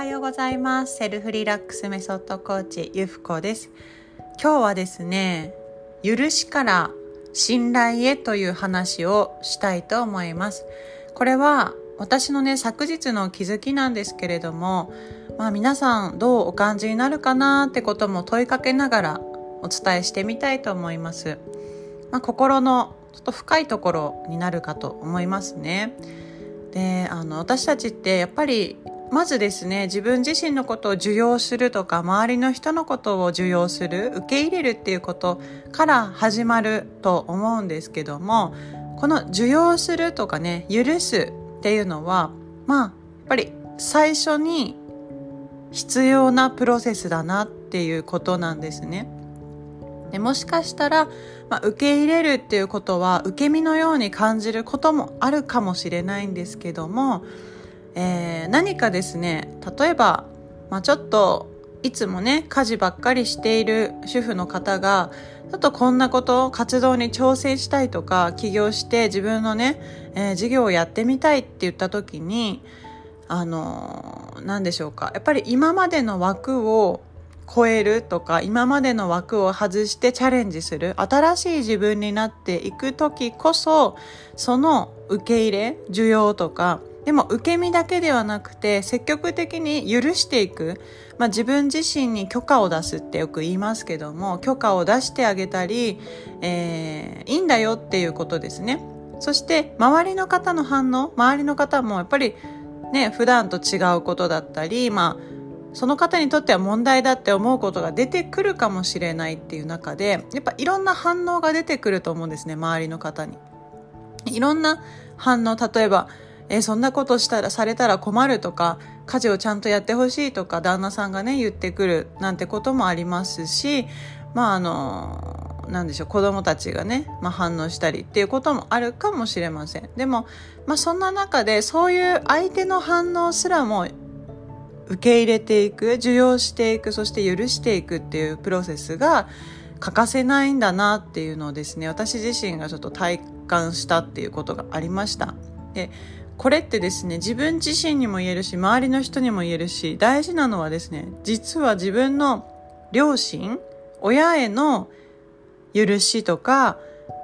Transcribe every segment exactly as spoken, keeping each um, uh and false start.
はようございます。セルフリラックスメソッドコーチゆふこです。今日はですね、許しから信頼へという話をしたいと思います。これは私のね、昨日の気づきなんですけれども、まあ皆さんどうお感じになるかなってことも問いかけながらお伝えしてみたいと思います。まあ、心のちょっと深いところになるかと思いますね。で、あの私たちってやっぱりまずですね、自分自身のことを受容するとか、周りの人のことを受容する、受け入れるっていうことから始まると思うんですけども、この受容するとかね、許すっていうのは、まあやっぱり最初に必要なプロセスだなっていうことなんですね。でもしかしたら、まあ、受け入れるっていうことは受け身のように感じることもあるかもしれないんですけども、えー、何かですね、例えば、まあ、ちょっといつもね家事ばっかりしている主婦の方がちょっとこんなこと活動に挑戦したいとか、起業して自分のね、えー、事業をやってみたいって言った時に、あのー、何でしょうか、やっぱり今までの枠を超えるとか、今までの枠を外してチャレンジする、新しい自分になっていく時こそ、その受け入れ、受容とか、でも受け身だけではなくて積極的に許していく、まあ、自分自身に許可を出すってよく言いますけども、許可を出してあげたり、えー、いいんだよっていうことですね。そして周りの方の反応、周りの方もやっぱりね、普段と違うことだったり、まあその方にとっては問題だって思うことが出てくるかもしれないっていう中で、やっぱいろんな反応が出てくると思うんですね。周りの方にいろんな反応、例えばえそんなことしたらされたら困るとか、家事をちゃんとやってほしいとか、旦那さんがね言ってくるなんてこともありますし、まああのなんでしょう、子供たちがね、まあ、反応したりっていうこともあるかもしれません。でも、まあ、そんな中でそういう相手の反応すらも受け入れていく、受容していく、そして許していくっていうプロセスが欠かせないんだなっていうのをですね、私自身がちょっと体感したっていうことがありました。で、これってですね、自分自身にも言えるし、周りの人にも言えるし、大事なのはですね、実は自分の両親、親への許しとか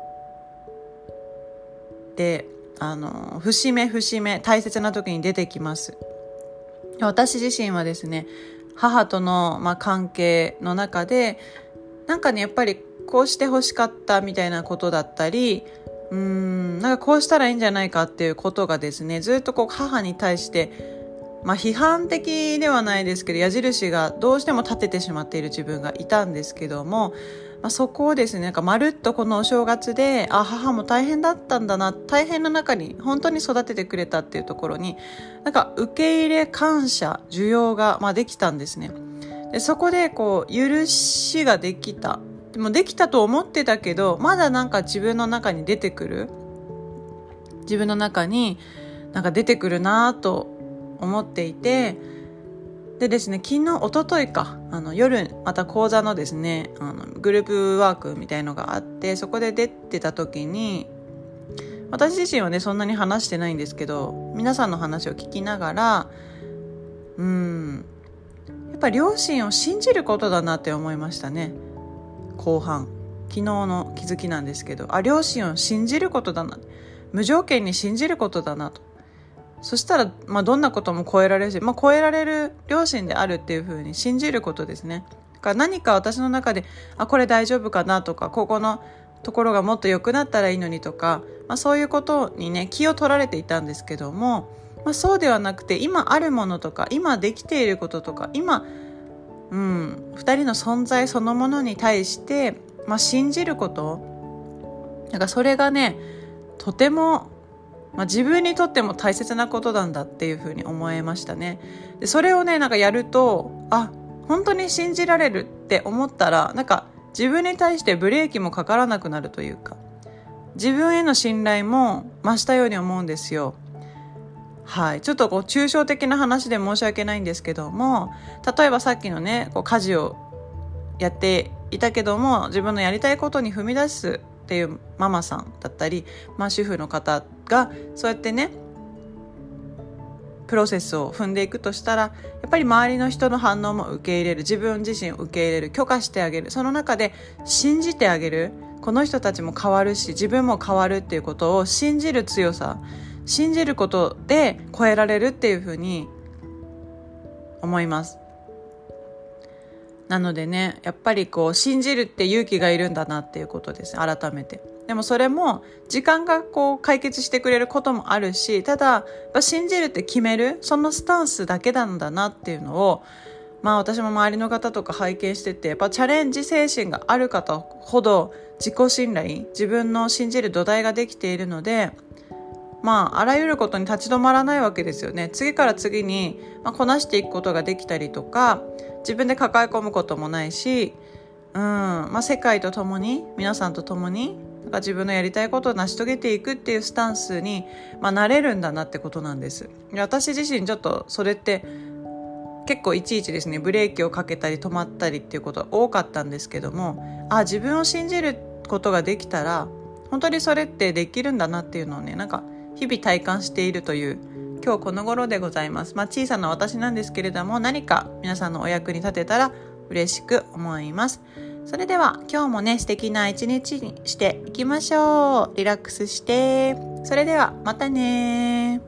で、あの節目節目大切な時に出てきます。私自身はですね、母との、まあ、関係の中でなんかね、やっぱりこうして欲しかったみたいなことだったり、うーんなんかこうしたらいいんじゃないかっていうことがですね、ずっとこう母に対して、まあ、批判的ではないですけど、矢印がどうしても立ててしまっている自分がいたんですけども、まあ、そこをですね、なんかまるっとこのお正月で、あ、母も大変だったんだな、大変な中に本当に育ててくれたっていうところに、なんか受け入れ、感謝、受容が、まあ、できたんですね。で、そこでこう許しができた。でもできたと思ってたけど、まだなんか自分の中に出てくる、自分の中になんか出てくるなと思っていて、でですね、昨日一昨日か、あの夜また講座のですね、あのグループワークみたいのがあって、そこで出てた時に、私自身はねそんなに話してないんですけど、皆さんの話を聞きながら、うーんやっぱり両親を信じることだなって思いましたね。後半、昨日の気づきなんですけど、あ、両親を信じることだな、無条件に信じることだなと。そしたら、まあ、どんなことも超えられるし、まあ、超えられる両親であるっていう風に信じることですね。だから何か私の中で、あ、これ大丈夫かなとか、ここのところがもっと良くなったらいいのにとか、まあ、そういうことにね気を取られていたんですけども、まあ、そうではなくて、今あるものとか、今できていることとか、今、うん、ふたりの存在そのものに対して、まあ、信じること、なんかそれがね、とてもまあ、自分にとっても大切なことなんだっていうふうに思えましたね。で、それをねなんかやると、あ、本当に信じられるって思ったら、なんか自分に対してブレーキもかからなくなるというか、自分への信頼も増したように思うんですよ。はい、ちょっとこう抽象的な話で申し訳ないんですけども、例えばさっきのね、こう家事をやっていたけども、自分のやりたいことに踏み出すっていうママさんだったり、まあ、主婦の方がそうやってね、 プロセスを踏んでいくとしたら、やっぱり周りの人の反応も受け入れる、自分自身を受け入れる、許可してあげる、その中で信じてあげる、この人たちも変わるし自分も変わるっていうことを信じる強さ、信じることで超えられるっていうふうに思います。なのでね、やっぱりこう信じるって勇気がいるんだなっていうことです。改めて。でもそれも時間がこう解決してくれることもあるし、ただやっぱ信じるって決める、そのスタンスだけなんだなっていうのを、まあ私も周りの方とか拝見してて、やっぱチャレンジ精神がある方ほど自己信頼、自分の信じる土台ができているので、まああらゆることに立ち止まらないわけですよね。次から次に、まあ、こなしていくことができたりとか、自分で抱え込むこともないし、うん、まあ世界と共に、皆さんと共になんか自分のやりたいことを成し遂げていくっていうスタンスに、まあ、なれるんだなってことなんです。私自身ちょっとそれって結構いちいちですね、ブレーキをかけたり止まったりっていうことが多かったんですけども、あ、自分を信じることができたら本当にそれってできるんだなっていうのをね、なんか日々体感しているという今日この頃でございます。まあ小さな私なんですけれども、何か皆さんのお役に立てたら嬉しく思います。それでは今日もね、素敵な一日にしていきましょう。リラックスして。それではまたね。